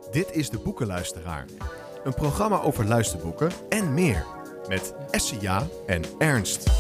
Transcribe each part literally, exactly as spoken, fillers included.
Dit is De Boekenluisteraar. Een programma over luisterboeken en meer. Met Essia en Ernst.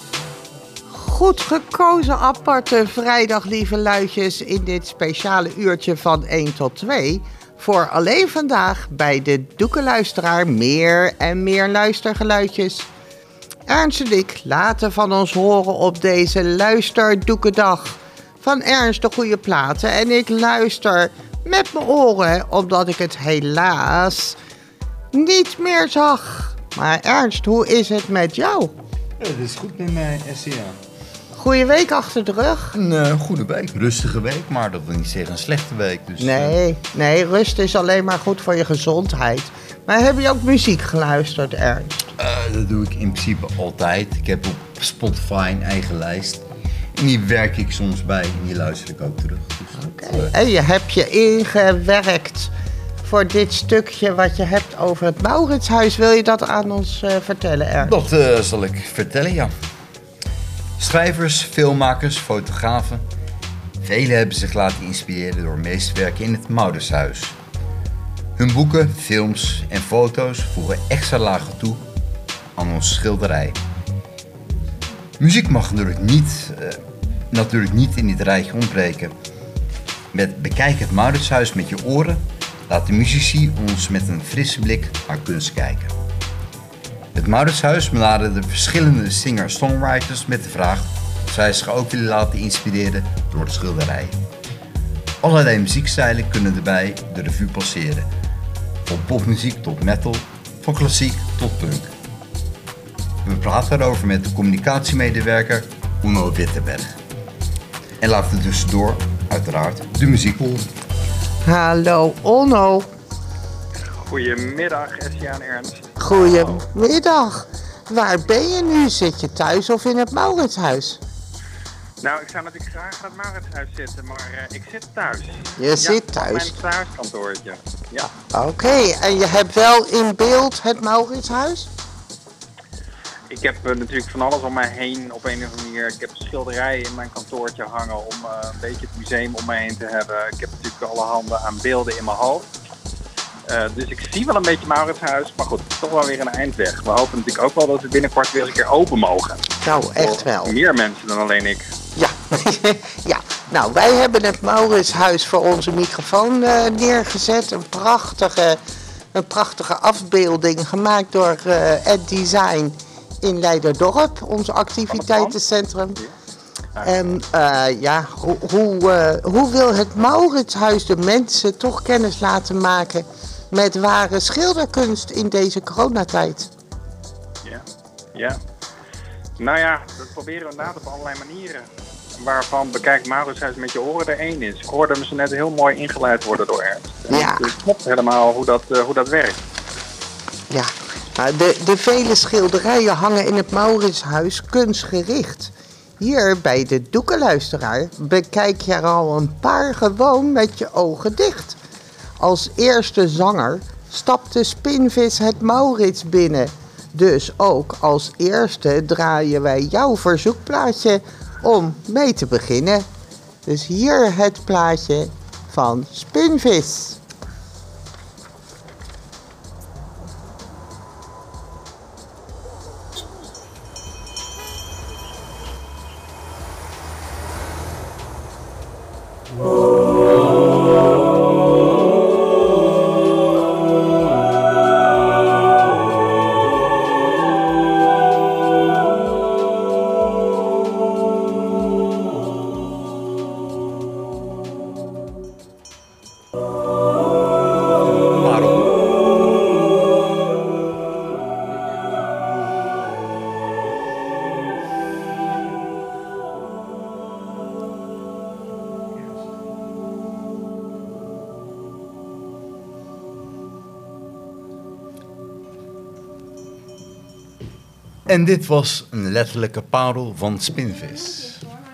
Goed gekozen aparte vrijdag, lieve luidjes, in dit speciale uurtje van één tot twee. Voor alleen vandaag bij De Boekenluisteraar meer en meer luistergeluidjes. Ernst en ik laten van ons horen op deze luisterdoekendag. Van Ernst de goede platen en ik luister met mijn oren, omdat ik het helaas niet meer zag. Maar Ernst, hoe is het met jou? Ja, het is goed met mij, Essia. Goeie week achter de rug? Een uh, goede week, rustige week, maar dat wil niet zeggen een slechte week. Dus, nee, uh... nee, rust is alleen maar goed voor je gezondheid. Maar heb je ook muziek geluisterd, Ernst? Uh, dat doe ik in principe altijd. Ik heb op Spotify een eigen lijst. En die werk ik soms bij en die luister ik ook terug. Dus Oké, okay. uh... En je hebt je ingewerkt voor dit stukje wat je hebt over het Mauritshuis. Wil je dat aan ons uh, vertellen, Ernst? Dat uh, zal ik vertellen, ja. Schrijvers, filmmakers, fotografen. Velen hebben zich laten inspireren door meesterwerken in het Mauritshuis. Hun boeken, films en foto's voegen extra lagen toe aan onze schilderij. Muziek mag natuurlijk niet, uh, natuurlijk niet in dit rijtje ontbreken. Met Bekijk het Mauritshuis met je oren laten muzici ons met een frisse blik naar kunst kijken. Het Mauritshuis benaderde de verschillende singer-songwriters met de vraag of zij zich ook willen laten inspireren door de schilderijen. Allerlei muziekstijlen kunnen erbij de revue passeren. Van popmuziek tot metal, van klassiek tot punk. We praten daarover met de communicatiemedewerker Onno Wittenberg. En laten we tussendoor uiteraard de muziek horen. Hallo Onno. Goedemiddag Essia en Ernst. Goedemiddag. Waar ben je nu? Zit je thuis of in het Mauritshuis? Nou, ik zou natuurlijk graag in het Mauritshuis zitten, maar uh, ik zit thuis. Je ja, zit thuis? Op mijn thuiskantoortje, ja. Oké, okay. En je hebt wel in beeld het Mauritshuis? Ik heb uh, natuurlijk van alles om mij heen op een of andere manier. Ik heb schilderijen in mijn kantoortje hangen om uh, een beetje het museum om mij heen te hebben. Ik heb natuurlijk alle handen aan beelden in mijn hoofd. Uh, dus ik zie wel een beetje Mauritshuis, maar goed, toch wel weer een eindweg. We hopen natuurlijk ook wel dat we binnenkort weer een keer open mogen. Nou, echt wel. Voor meer mensen dan alleen ik. Ja, ja. Nou, wij hebben het Mauritshuis voor onze microfoon uh, neergezet. Een prachtige, een prachtige afbeelding gemaakt door uh, Ed Design in Leiderdorp, ons activiteitencentrum. En uh, ja, hoe, hoe, uh, hoe wil het Mauritshuis de mensen toch kennis laten maken met ware schilderkunst in deze coronatijd? Ja, ja. Nou ja, dat proberen we inderdaad op allerlei manieren. Waarvan Bekijk Mauritshuis met je oren er één is. Ik hoorde hem zo net heel mooi ingeleid worden door Ernst. Ja. Dus het klopt helemaal hoe dat, uh, hoe dat werkt. Ja, de, de vele schilderijen hangen in het Mauritshuis kunstgericht. Hier bij De Boekenluisteraar bekijk je er al een paar gewoon met je ogen dicht. Als eerste zanger stapte Spinvis het Maurits binnen. Dus ook als eerste draaien wij jouw verzoekplaatje om mee te beginnen. Dus hier het plaatje van Spinvis. En dit was een letterlijke parel van Spinvis.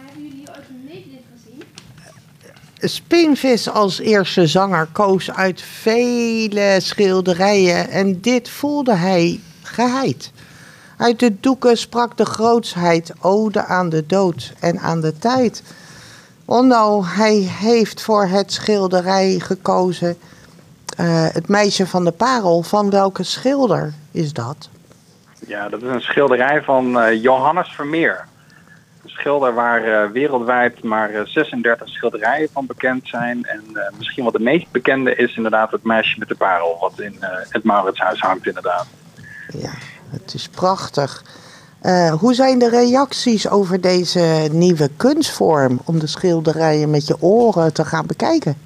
Spinvis als eerste zanger koos uit vele schilderijen en dit voelde hij geheid. Uit de doeken sprak de grootsheid, ode aan de dood en aan de tijd. Onno, hij heeft voor het schilderij gekozen uh, het meisje van de parel, van welke schilder is dat? Ja, dat is een schilderij van uh, Johannes Vermeer. Een schilder waar uh, wereldwijd maar uh, zesendertig schilderijen van bekend zijn. En uh, misschien wel de meest bekende is inderdaad het meisje met de parel, wat in uh, het Mauritshuis hangt inderdaad. Ja, het is prachtig. Uh, hoe zijn de reacties over deze nieuwe kunstvorm om de schilderijen met je oren te gaan bekijken?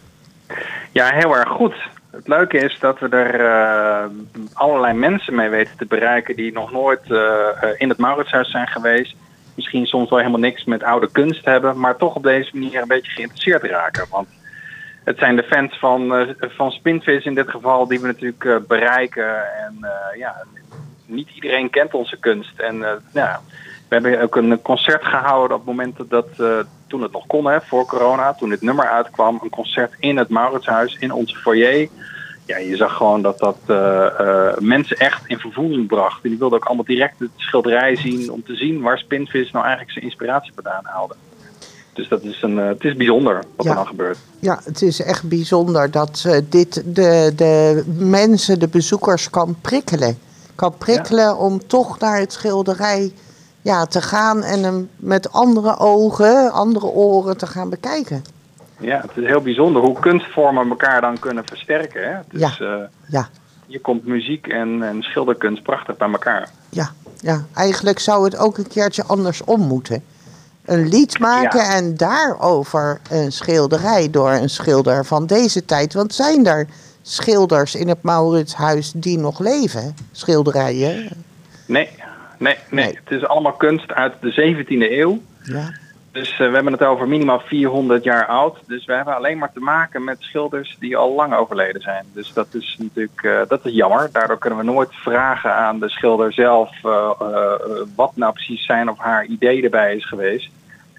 Ja, heel erg goed. Het leuke is dat we er uh, allerlei mensen mee weten te bereiken die nog nooit uh, in het Mauritshuis zijn geweest. Misschien soms wel helemaal niks met oude kunst hebben, maar toch op deze manier een beetje geïnteresseerd raken. Want het zijn de fans van, uh, van Spinvis in dit geval die we natuurlijk uh, bereiken. En uh, ja, niet iedereen kent onze kunst. En uh, ja, we hebben ook een concert gehouden op het moment dat, uh, toen het nog kon, hè, voor corona, toen dit nummer uitkwam. Een concert in het Mauritshuis, in onze foyer. Ja, je zag gewoon dat dat uh, uh, mensen echt in vervoering bracht. En die wilden ook allemaal direct het schilderij zien om te zien waar Spinvis nou eigenlijk zijn inspiratie vandaan haalde. Dus dat is een, uh, het is bijzonder wat ja. er dan gebeurt. Ja, het is echt bijzonder dat uh, dit de, de mensen, de bezoekers kan prikkelen. Kan prikkelen ja. om toch naar het schilderij ja, te gaan en hem met andere ogen, andere oren te gaan bekijken. Ja, het is heel bijzonder hoe kunstvormen elkaar dan kunnen versterken. Hè? Dus, ja. Uh, ja. Hier komt muziek en, en schilderkunst prachtig bij elkaar. Ja, ja, eigenlijk zou het ook een keertje andersom moeten. Een lied maken ja. en daarover een schilderij door een schilder van deze tijd. Want zijn er schilders in het Mauritshuis die nog leven? Schilderijen? Nee, nee, nee. nee. Het is allemaal kunst uit de zeventiende eeuw. Ja. Dus uh, we hebben het over minimaal vierhonderd jaar oud. Dus we hebben alleen maar te maken met schilders die al lang overleden zijn. Dus dat is natuurlijk uh, dat is jammer. Daardoor kunnen we nooit vragen aan de schilder zelf uh, uh, wat nou precies zijn of haar idee erbij is geweest.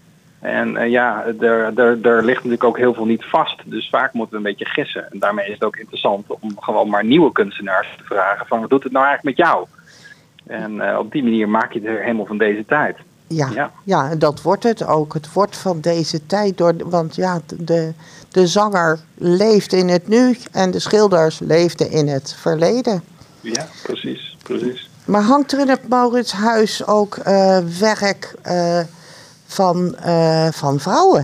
En uh, ja, er, er, er ligt natuurlijk ook heel veel niet vast. Dus vaak moeten we een beetje gissen. En daarmee is het ook interessant om gewoon maar nieuwe kunstenaars te vragen van wat doet het nou eigenlijk met jou? En uh, op die manier maak je het er helemaal van deze tijd. Ja, ja. ja, dat wordt het ook. Het wordt van deze tijd. Door, want ja, de, de zanger leeft in het nu en de schilders leefden in het verleden. Ja, precies, precies. Maar hangt er in het Mauritshuis ook uh, werk uh, van, uh, van vrouwen?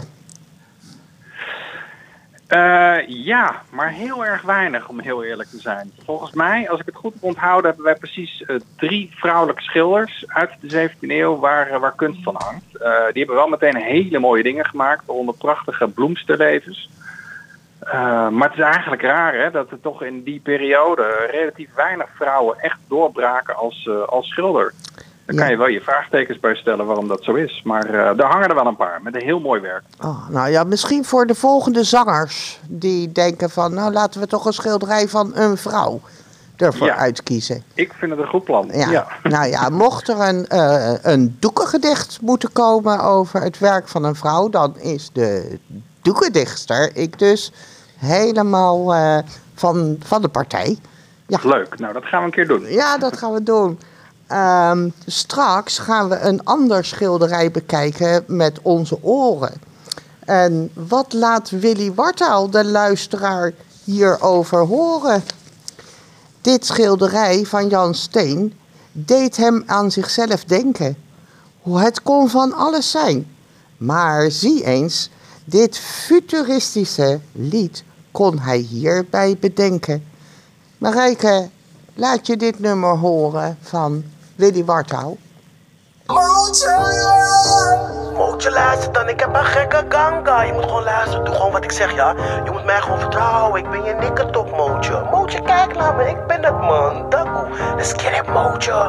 Uh, ja, maar heel erg weinig, om heel eerlijk te zijn. Volgens mij, als ik het goed heb onthouden, hebben wij precies uh, drie vrouwelijke schilders uit de zeventiende eeuw waar, uh, waar kunst van hangt. Uh, die hebben wel meteen hele mooie dingen gemaakt, onder prachtige bloemsterlevens. Uh, maar het is eigenlijk raar hè, dat er toch in die periode relatief weinig vrouwen echt doorbraken als, uh, als schilder. Daar kan je wel je vraagtekens bij stellen waarom dat zo is. Maar uh, daar hangen er wel een paar met een heel mooi werk. Oh, nou ja, misschien voor de volgende zangers die denken van nou laten we toch een schilderij van een vrouw ervoor ja. uitkiezen. Ik vind het een goed plan. Ja. Ja. Nou ja, mocht er een, uh, een doekengedicht moeten komen over het werk van een vrouw, dan is de doekendichtster ik dus helemaal uh, van, van de partij. Ja. Leuk, nou dat gaan we een keer doen. Ja, dat gaan we doen. Um, straks gaan we een ander schilderij bekijken met onze oren. En wat laat Willy Wartaal, de luisteraar, hierover horen? Dit schilderij van Jan Steen deed hem aan zichzelf denken. Het kon van alles zijn. Maar zie eens, dit futuristische lied kon hij hierbij bedenken. Marijke, laat je dit nummer horen van Willy Wartaal. Mootje! Mootje, luister dan, ik heb een gekke ganga. Je moet gewoon luisteren, doe gewoon wat ik zeg, ja. Je moet mij gewoon vertrouwen, ik ben je nikketop, Mootje. Mootje, kijk naar me, ik ben het, man. Dakoe, let's get it, Mootje.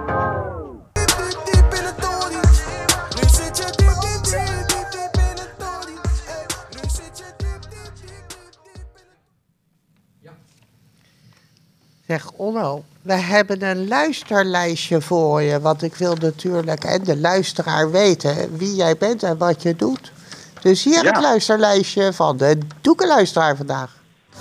Zeg Onno, we hebben een luisterlijstje voor je, want ik wil natuurlijk en de luisteraar weten wie jij bent en wat je doet. Dus hier ja. het luisterlijstje van de Doekenluisteraar vandaag.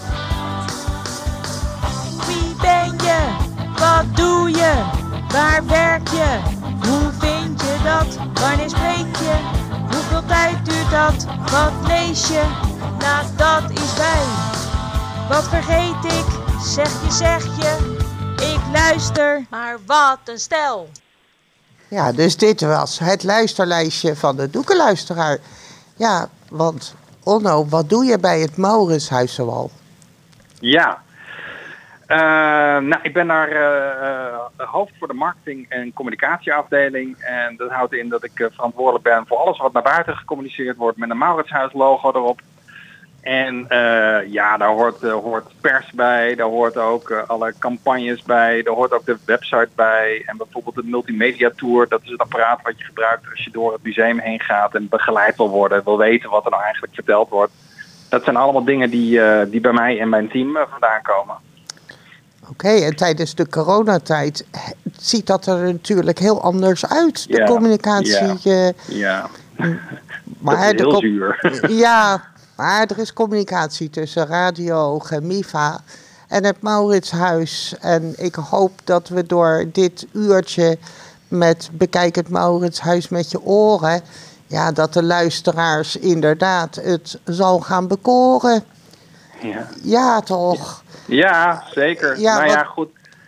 Wie ben je? Wat doe je? Waar werk je? Hoe vind je dat? Wanneer spreek je? Hoeveel tijd duurt dat? Wat lees je? Nou, dat is wij. Wat vergeet ik? Zeg je, zeg je. Ik luister. Maar wat een stel. Ja, dus dit was het luisterlijstje van de Doekenluisteraar. Ja, want Onno, wat doe je bij het Mauritshuis zoal? Ja, uh, nou, ik ben daar uh, uh, hoofd voor de marketing- en communicatieafdeling. En dat houdt in dat ik uh, verantwoordelijk ben voor alles wat naar buiten gecommuniceerd wordt met een Mauritshuis logo erop. En uh, ja, daar hoort, uh, hoort pers bij, daar hoort ook uh, alle campagnes bij, daar hoort ook de website bij. En bijvoorbeeld de multimedia tour, dat is het apparaat wat je gebruikt als je door het museum heen gaat en begeleid wil worden, wil weten wat er nou eigenlijk verteld wordt. Dat zijn allemaal dingen die, uh, die bij mij en mijn team uh, vandaan komen. Oké, okay, en tijdens de coronatijd ziet dat er natuurlijk heel anders uit, de ja, communicatie. Ja, uh, ja. Maar dat is heel zuur. Ja, maar er is communicatie tussen Radio Gemiva en het Mauritshuis. En ik hoop dat we door dit uurtje met Bekijk het Mauritshuis met je oren, ja, dat de luisteraars inderdaad het zal gaan bekoren. Ja, ja toch? Ja, zeker. Ja, nou wat... ja, goed.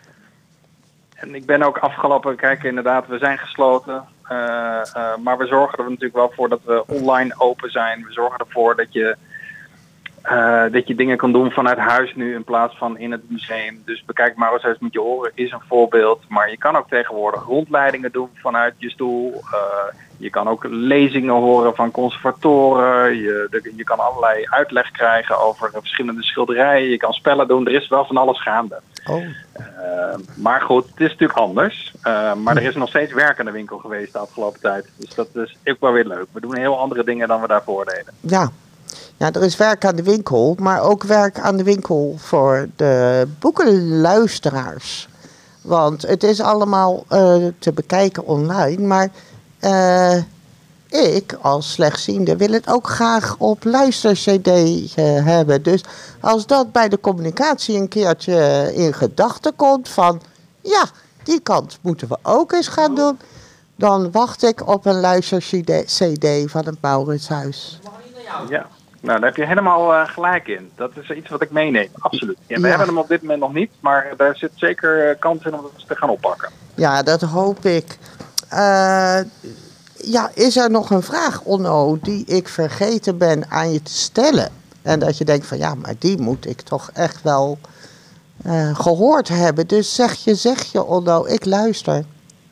En ik ben ook afgelopen, kijk inderdaad, we zijn gesloten. Uh, uh, maar we zorgen er natuurlijk wel voor dat we online open zijn. We zorgen ervoor dat je, uh, dat je dingen kan doen vanuit huis nu in plaats van in het museum. Dus Bekijk Mauritshuis met je oren is een voorbeeld. Maar je kan ook tegenwoordig rondleidingen doen vanuit je stoel. Uh, je kan ook lezingen horen van conservatoren. Je, de, je kan allerlei uitleg krijgen over verschillende schilderijen. Je kan spellen doen. Er is wel van alles gaande. Oh. Uh, maar goed, het is natuurlijk anders. Uh, maar er is nog steeds werk aan de winkel geweest de afgelopen tijd. Dus dat is ook wel weer leuk. We doen heel andere dingen dan we daarvoor deden. Ja. Ja, er is werk aan de winkel, maar ook werk aan de winkel voor de boekenluisteraars. Want het is allemaal uh, te bekijken online, maar uh, ik als slechtziende wil het ook graag op luister-cd uh, hebben. Dus als dat bij de communicatie een keertje in gedachten komt van, ja, die kant moeten we ook eens gaan doen, dan wacht ik op een luister-cd van het Mauritshuis. Ja. Nou, daar heb je helemaal uh, gelijk in. Dat is iets wat ik meeneem, absoluut. Ja, we ja. hebben hem op dit moment nog niet, maar daar zit zeker uh, kans in om het te gaan oppakken. Ja, dat hoop ik. Uh, ja, is er nog een vraag, Onno, die ik vergeten ben aan je te stellen? En dat je denkt van, ja, maar die moet ik toch echt wel uh, gehoord hebben. Dus zeg je, zeg je, Onno, ik luister.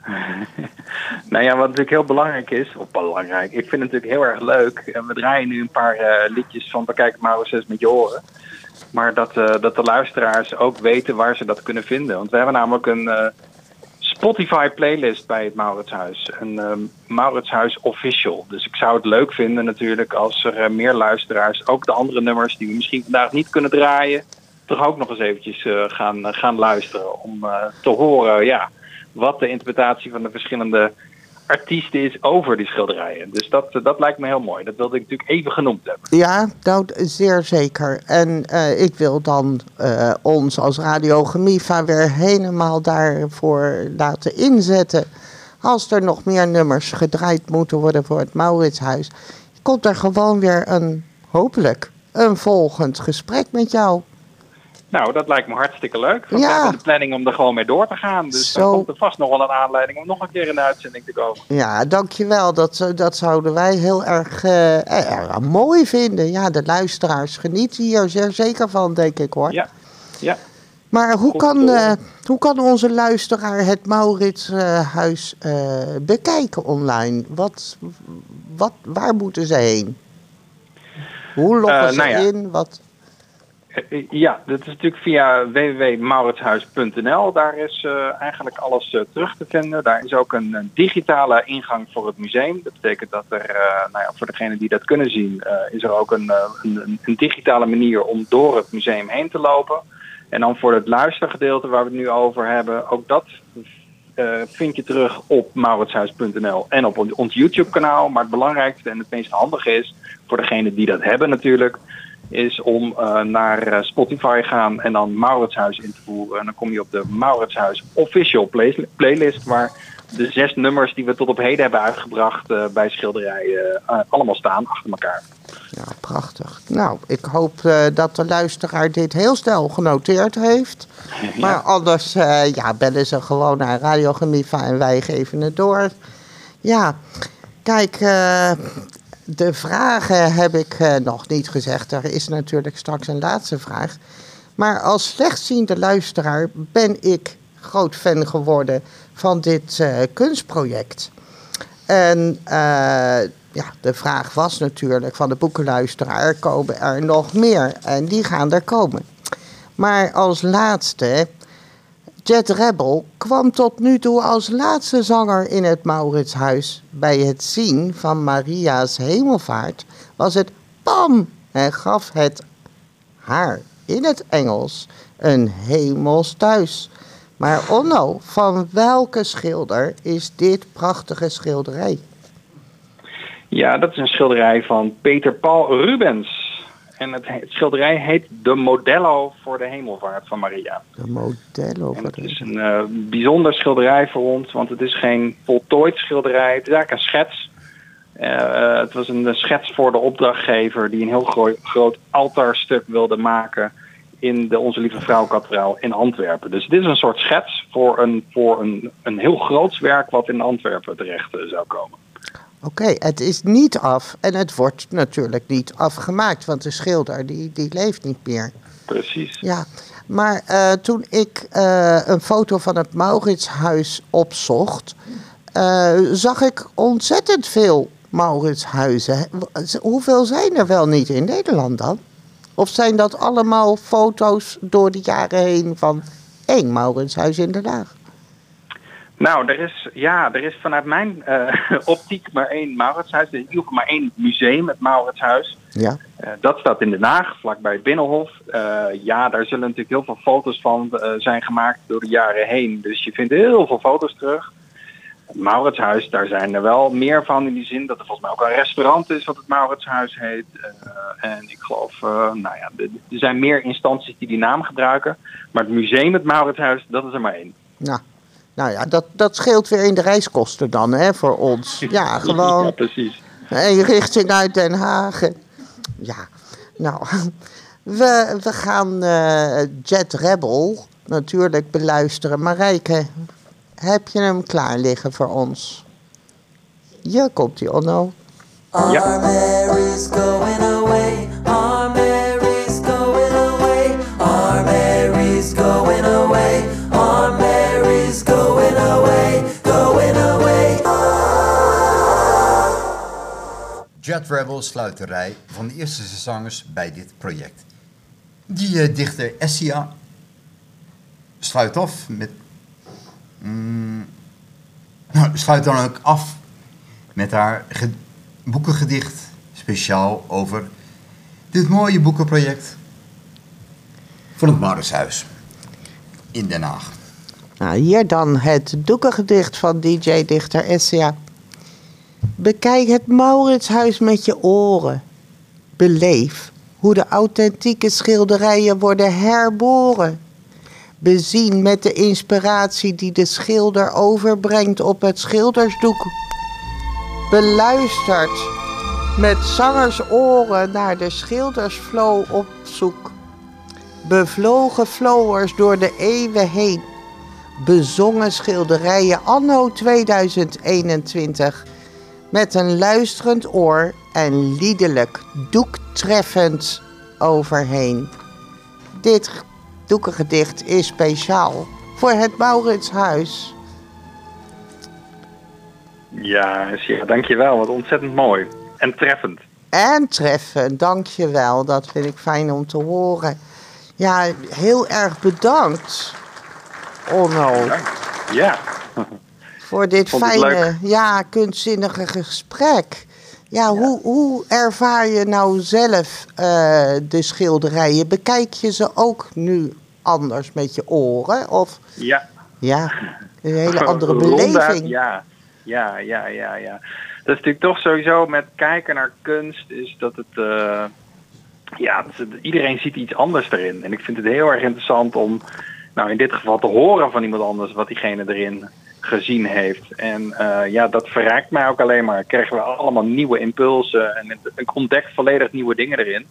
Nou ja, wat natuurlijk heel belangrijk is, of belangrijk, ik vind het natuurlijk heel erg leuk. En we draaien nu een paar uh, liedjes van Bekijk het Mauritshuis met je oren. Maar dat, uh, dat de luisteraars ook weten waar ze dat kunnen vinden. Want we hebben namelijk een uh, Spotify playlist bij het Mauritshuis. Een uh, Mauritshuis Official. Dus ik zou het leuk vinden natuurlijk als er uh, meer luisteraars, ook de andere nummers die we misschien vandaag niet kunnen draaien, toch ook nog eens eventjes uh, gaan, uh, gaan luisteren. Om uh, te horen, ja, wat de interpretatie van de verschillende artiesten is over die schilderijen. Dus dat, dat lijkt me heel mooi. Dat wilde ik natuurlijk even genoemd hebben. Ja, nou, zeer zeker. En uh, ik wil dan uh, ons als Radio Gemiva weer helemaal daarvoor laten inzetten. Als er nog meer nummers gedraaid moeten worden voor het Mauritshuis, komt er gewoon weer een, hopelijk, een volgend gesprek met jou. Nou, dat lijkt me hartstikke leuk. Want ja. we hebben de planning om er gewoon mee door te gaan. Dus Zo. dan komt er vast nog wel een aanleiding om nog een keer in de uitzending te komen. Ja, dankjewel. Dat, dat zouden wij heel erg, uh, erg mooi vinden. Ja, de luisteraars genieten hier zeer zeker van, denk ik hoor. Ja, ja. Maar hoe kan, uh, hoe kan onze luisteraar het Mauritshuis uh, bekijken online? Wat, wat, waar moeten ze heen? Hoe loggen uh, ze nou ja. in? Wat... Ja, dat is natuurlijk via w w w punt mauritshuis punt n l. Daar is uh, eigenlijk alles uh, terug te vinden. Daar is ook een, een digitale ingang voor het museum. Dat betekent dat er, uh, nou ja, voor degenen die dat kunnen zien, uh, is er ook een, uh, een, een digitale manier om door het museum heen te lopen. En dan voor het luistergedeelte waar we het nu over hebben, ook dat uh, vind je terug op mauritshuis punt n l en op ons YouTube kanaal. Maar het belangrijkste en het meest handige is, voor degenen die dat hebben natuurlijk, is om uh, naar uh, Spotify gaan en dan Mauritshuis in te voeren. En dan kom je op de Mauritshuis Official play- playlist, waar de zes nummers die we tot op heden hebben uitgebracht uh, bij schilderijen uh, allemaal staan achter elkaar. Ja, prachtig. Nou, ik hoop uh, dat de luisteraar dit heel snel genoteerd heeft. Ja. Maar anders uh, ja, bellen ze gewoon naar Radio Gemiva en wij geven het door. Ja, kijk, uh, de vragen heb ik uh, nog niet gezegd. Er is natuurlijk straks een laatste vraag. Maar als slechtziende luisteraar ben ik groot fan geworden van dit uh, kunstproject. En uh, ja, de vraag was natuurlijk van de boekenluisteraar, komen er nog meer? En die gaan er komen. Maar als laatste, Jet Rebel kwam tot nu toe als laatste zanger in het Mauritshuis. Bij het zien van Maria's hemelvaart was het bam en gaf het haar in het Engels een hemels thuis. Maar Onno, van welke schilder is dit prachtige schilderij? Ja, dat is een schilderij van Peter Paul Rubens. En het, het schilderij heet De Modello voor de Hemelvaart van Maria. De Modello voor het de is een uh, bijzonder schilderij voor ons, want het is geen voltooid schilderij. Het is eigenlijk een schets. Uh, het was een schets voor de opdrachtgever die een heel groot, groot altaarstuk wilde maken in de Onze Lieve Vrouw-kathedraal in Antwerpen. Dus dit is een soort schets voor een, voor een, een heel groots werk wat in Antwerpen terecht uh, zou komen. Oké, okay, het is niet af en het wordt natuurlijk niet afgemaakt, want de schilder die, die leeft niet meer. Precies. Ja, maar uh, toen ik uh, een foto van het Mauritshuis opzocht, uh, zag ik ontzettend veel Mauritshuizen. Hoeveel zijn er wel niet in Nederland dan? Of zijn dat allemaal foto's door de jaren heen van één Mauritshuis in Den Haag? Nou, er is, ja, er is vanuit mijn uh, optiek maar één Mauritshuis. Er is in ieder geval maar één museum, het Mauritshuis. Ja. Uh, dat staat in Den Haag, vlakbij het Binnenhof. Uh, ja, daar zullen natuurlijk heel veel foto's van uh, zijn gemaakt door de jaren heen. Dus je vindt heel veel foto's terug. Het Mauritshuis, daar zijn er wel meer van in die zin dat er volgens mij ook een restaurant is wat het Mauritshuis heet. Uh, en ik geloof, uh, nou ja, de, er zijn meer instanties die die naam gebruiken. Maar het museum, het Mauritshuis, dat is er maar één. Nou, nou ja, dat, dat scheelt weer in de reiskosten dan, hè, voor ons. Ja, gewoon. Ja, precies. Een richting uit Den Haag. Ja, nou, we, we gaan uh, Jet Rebel natuurlijk beluisteren. Marijke, heb je hem klaar liggen voor ons? Ja, komt-ie, Onno. Ja. Our Mary's going away, our Mary's going away, our Mary's going away, our Mary's going away, going away. Jet Rebel sluit de rij van de eerste zangers bij dit project. Die uh, dichter Essia sluit af met... Mm, nou, sluit dan ook af met haar ge- boekengedicht speciaal over dit mooie boekenproject van het Mauritshuis in Den Haag. Nou, hier dan het doekengedicht van D J-dichter Essia. Bekijk het Mauritshuis met je oren. Beleef hoe de authentieke schilderijen worden herboren. Bezien met de inspiratie die de schilder overbrengt op het schildersdoek. Beluistert met zangersoren naar de schildersflow op zoek. Bevlogen flowers door de eeuwen heen. Bezongen schilderijen anno tweeduizend eenentwintig. Met een luisterend oor en liederlijk doektreffend overheen. Dit doekengedicht is speciaal voor het Mauritshuis. Ja, ja, dankjewel. Wat ontzettend mooi. En treffend. En treffend, dankjewel. Dat vind ik fijn om te horen. Ja, heel erg bedankt, Onno. Ja. Voor dit Vond het fijne, leuk. ja, kunstzinnige gesprek. Ja, ja. Hoe, hoe ervaar je nou zelf uh, de schilderijen? Bekijk je ze ook nu anders met je oren? Of, Ja. ja, een hele andere Ronduit, beleving. ja. Ja, ja, ja, ja. Dat is natuurlijk toch sowieso met kijken naar kunst, is dat het... Uh, ja, dat het, iedereen ziet iets anders erin. En ik vind het heel erg interessant om, nou in dit geval te horen van iemand anders wat diegene erin gezien heeft. En uh, ja, dat verrijkt mij ook alleen maar. Krijgen we allemaal nieuwe impulsen en ik ontdek volledig nieuwe dingen erin.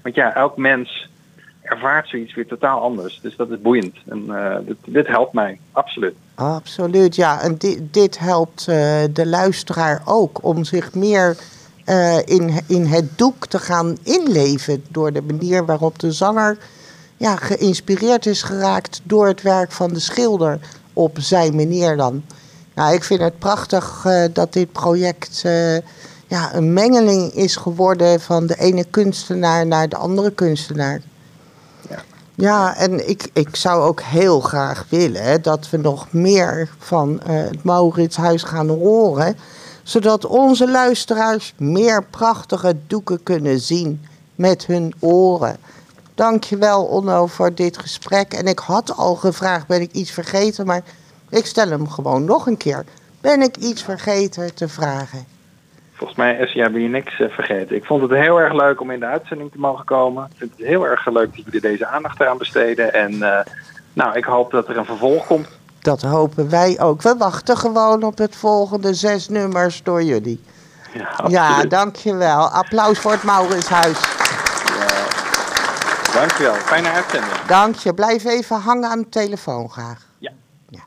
Want ja, elk mens ervaart zoiets weer totaal anders. Dus dat is boeiend. En uh, dit, dit helpt mij, absoluut. Absoluut, ja. En dit, dit helpt uh, de luisteraar ook om zich meer uh, in, in het doek te gaan inleven. Door de manier waarop de zanger ja, geïnspireerd is geraakt door het werk van de schilder op zijn manier dan. Nou, ik vind het prachtig uh, dat dit project uh, ja, een mengeling is geworden van de ene kunstenaar naar de andere kunstenaar. Ja, ja en ik, ik zou ook heel graag willen hè, dat we nog meer van uh, het Mauritshuis gaan horen. Zodat onze luisteraars meer prachtige doeken kunnen zien met hun oren. Dankjewel Onno voor dit gesprek. En ik had al gevraagd, ben ik iets vergeten? Maar ik stel hem gewoon nog een keer. Ben ik iets vergeten te vragen? Volgens mij, Essia, ben je niks uh, vergeten. Ik vond het heel erg leuk om in de uitzending te mogen komen. Ik vind het heel erg leuk dat jullie deze aandacht eraan besteden. En uh, nou, ik hoop dat er een vervolg komt. Dat hopen wij ook. We wachten gewoon op het volgende zes nummers door jullie. Ja, ja dankjewel. Applaus voor het Mauritshuis. Ja, dankjewel. Fijne uitzending. Dank je. Blijf even hangen aan de telefoon graag. Ja. Ja.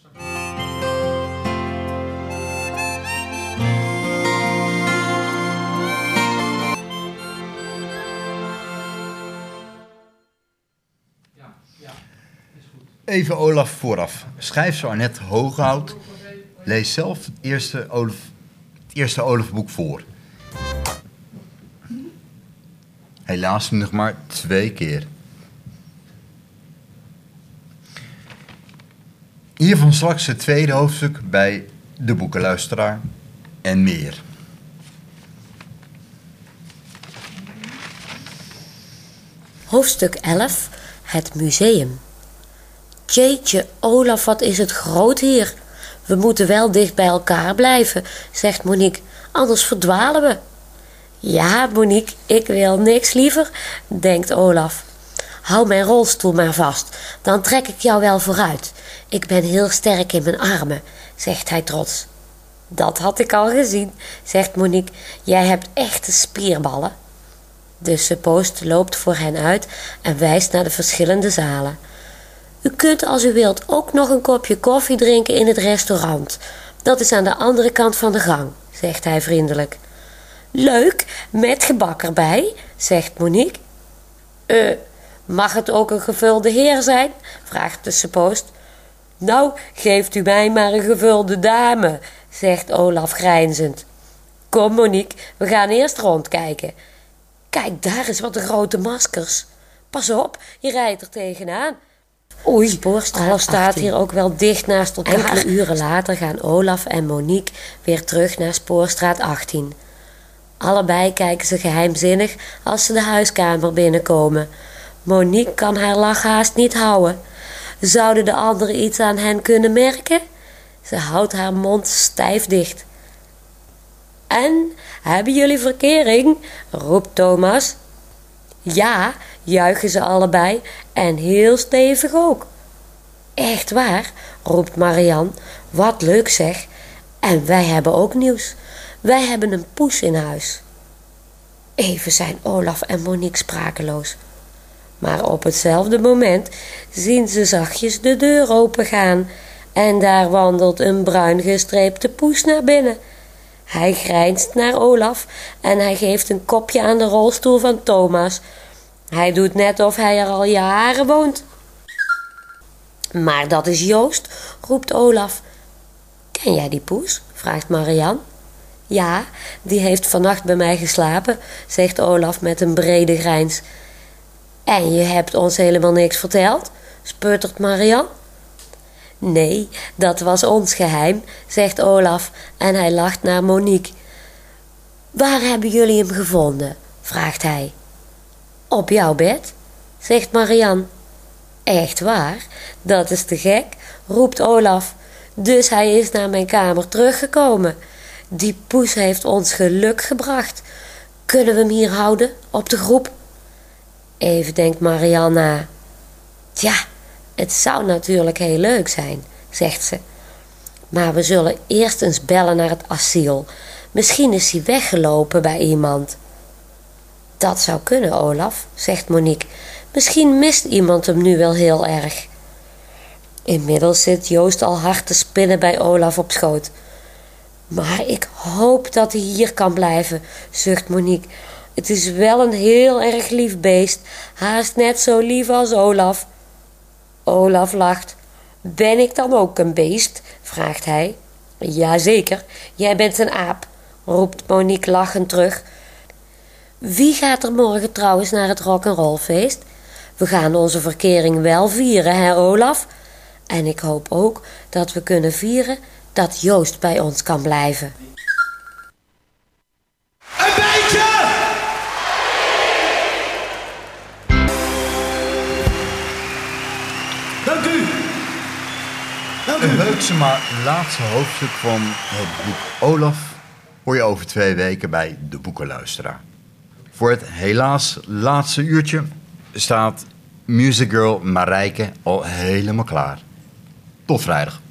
Even Olaf vooraf. Schrijfster Annette Hooghout leest zelf het eerste Olaf, het eerste Olaf-boek voor. Helaas nog maar twee keer. Hiervan straks het tweede hoofdstuk bij De Boekenluisteraar en meer. Hoofdstuk elf. Het museum. Jeetje, Olaf, wat is het groot hier. We moeten wel dicht bij elkaar blijven, zegt Monique, anders verdwalen we. Ja, Monique, ik wil niks liever, denkt Olaf. Hou mijn rolstoel maar vast, dan trek ik jou wel vooruit. Ik ben heel sterk in mijn armen, zegt hij trots. Dat had ik al gezien, zegt Monique. Jij hebt echte spierballen. De suppost loopt voor hen uit en wijst naar de verschillende zalen. U kunt als u wilt ook nog een kopje koffie drinken in het restaurant. Dat is aan de andere kant van de gang, zegt hij vriendelijk. Leuk, met gebak erbij, zegt Monique. Eh, mag het ook een gevulde heer zijn? Vraagt de suppost. Nou, geeft u mij maar een gevulde dame, zegt Olaf grijnzend. Kom Monique, we gaan eerst rondkijken. Kijk, daar is wat de grote maskers. Pas op, je rijdt er tegenaan. Oei, Spoorstraat staat hier ook wel dicht naast elkaar. Enkele uren later gaan Olaf en Monique weer terug naar Spoorstraat achttien. Allebei kijken ze geheimzinnig als ze de huiskamer binnenkomen. Monique kan haar lach haast niet houden. Zouden de anderen iets aan hen kunnen merken? Ze houdt haar mond stijf dicht. En, hebben jullie verkering? Roept Thomas. Ja, juichen ze allebei en heel stevig ook. Echt waar, roept Marianne. Wat leuk zeg. En wij hebben ook nieuws. Wij hebben een poes in huis. Even zijn Olaf en Monique sprakeloos. Maar op hetzelfde moment zien ze zachtjes de deur opengaan en daar wandelt een bruin gestreepte poes naar binnen. Hij grijnst naar Olaf en hij geeft een kopje aan de rolstoel van Thomas. Hij doet net of hij er al jaren woont. Maar dat is Joost, roept Olaf. Ken jij die poes? Vraagt Marianne. Ja, die heeft vannacht bij mij geslapen, zegt Olaf met een brede grijns. En je hebt ons helemaal niks verteld, speutert Marianne. Nee, dat was ons geheim, zegt Olaf en hij lacht naar Monique. Waar hebben jullie hem gevonden? Vraagt hij. Op jouw bed, zegt Marianne. Echt waar? Dat is te gek, roept Olaf. Dus hij is naar mijn kamer teruggekomen. Die poes heeft ons geluk gebracht. Kunnen we hem hier houden, op de groep? Even denkt Marianne na. Tja, het zou natuurlijk heel leuk zijn, zegt ze. Maar we zullen eerst eens bellen naar het asiel. Misschien is hij weggelopen bij iemand. Dat zou kunnen, Olaf, zegt Monique. Misschien mist iemand hem nu wel heel erg. Inmiddels zit Joost al hard te spinnen bij Olaf op schoot. Maar ik hoop dat hij hier kan blijven, zucht Monique. Het is wel een heel erg lief beest, haast net zo lief als Olaf. Olaf lacht. Ben ik dan ook een beest? Vraagt hij. Jazeker, jij bent een aap, roept Monique lachend terug. Wie gaat er morgen trouwens naar het rock'n'rollfeest? We gaan onze verkering wel vieren, hè Olaf? En ik hoop ook dat we kunnen vieren dat Joost bij ons kan blijven. Een beetje! Dank u! Dank Het u! leukste maar laatste hoofdstuk van het boek Olaf hoor je over twee weken bij De Boekenluisteraar. Voor het helaas laatste uurtje staat Music Girl Marijke al helemaal klaar. Tot vrijdag.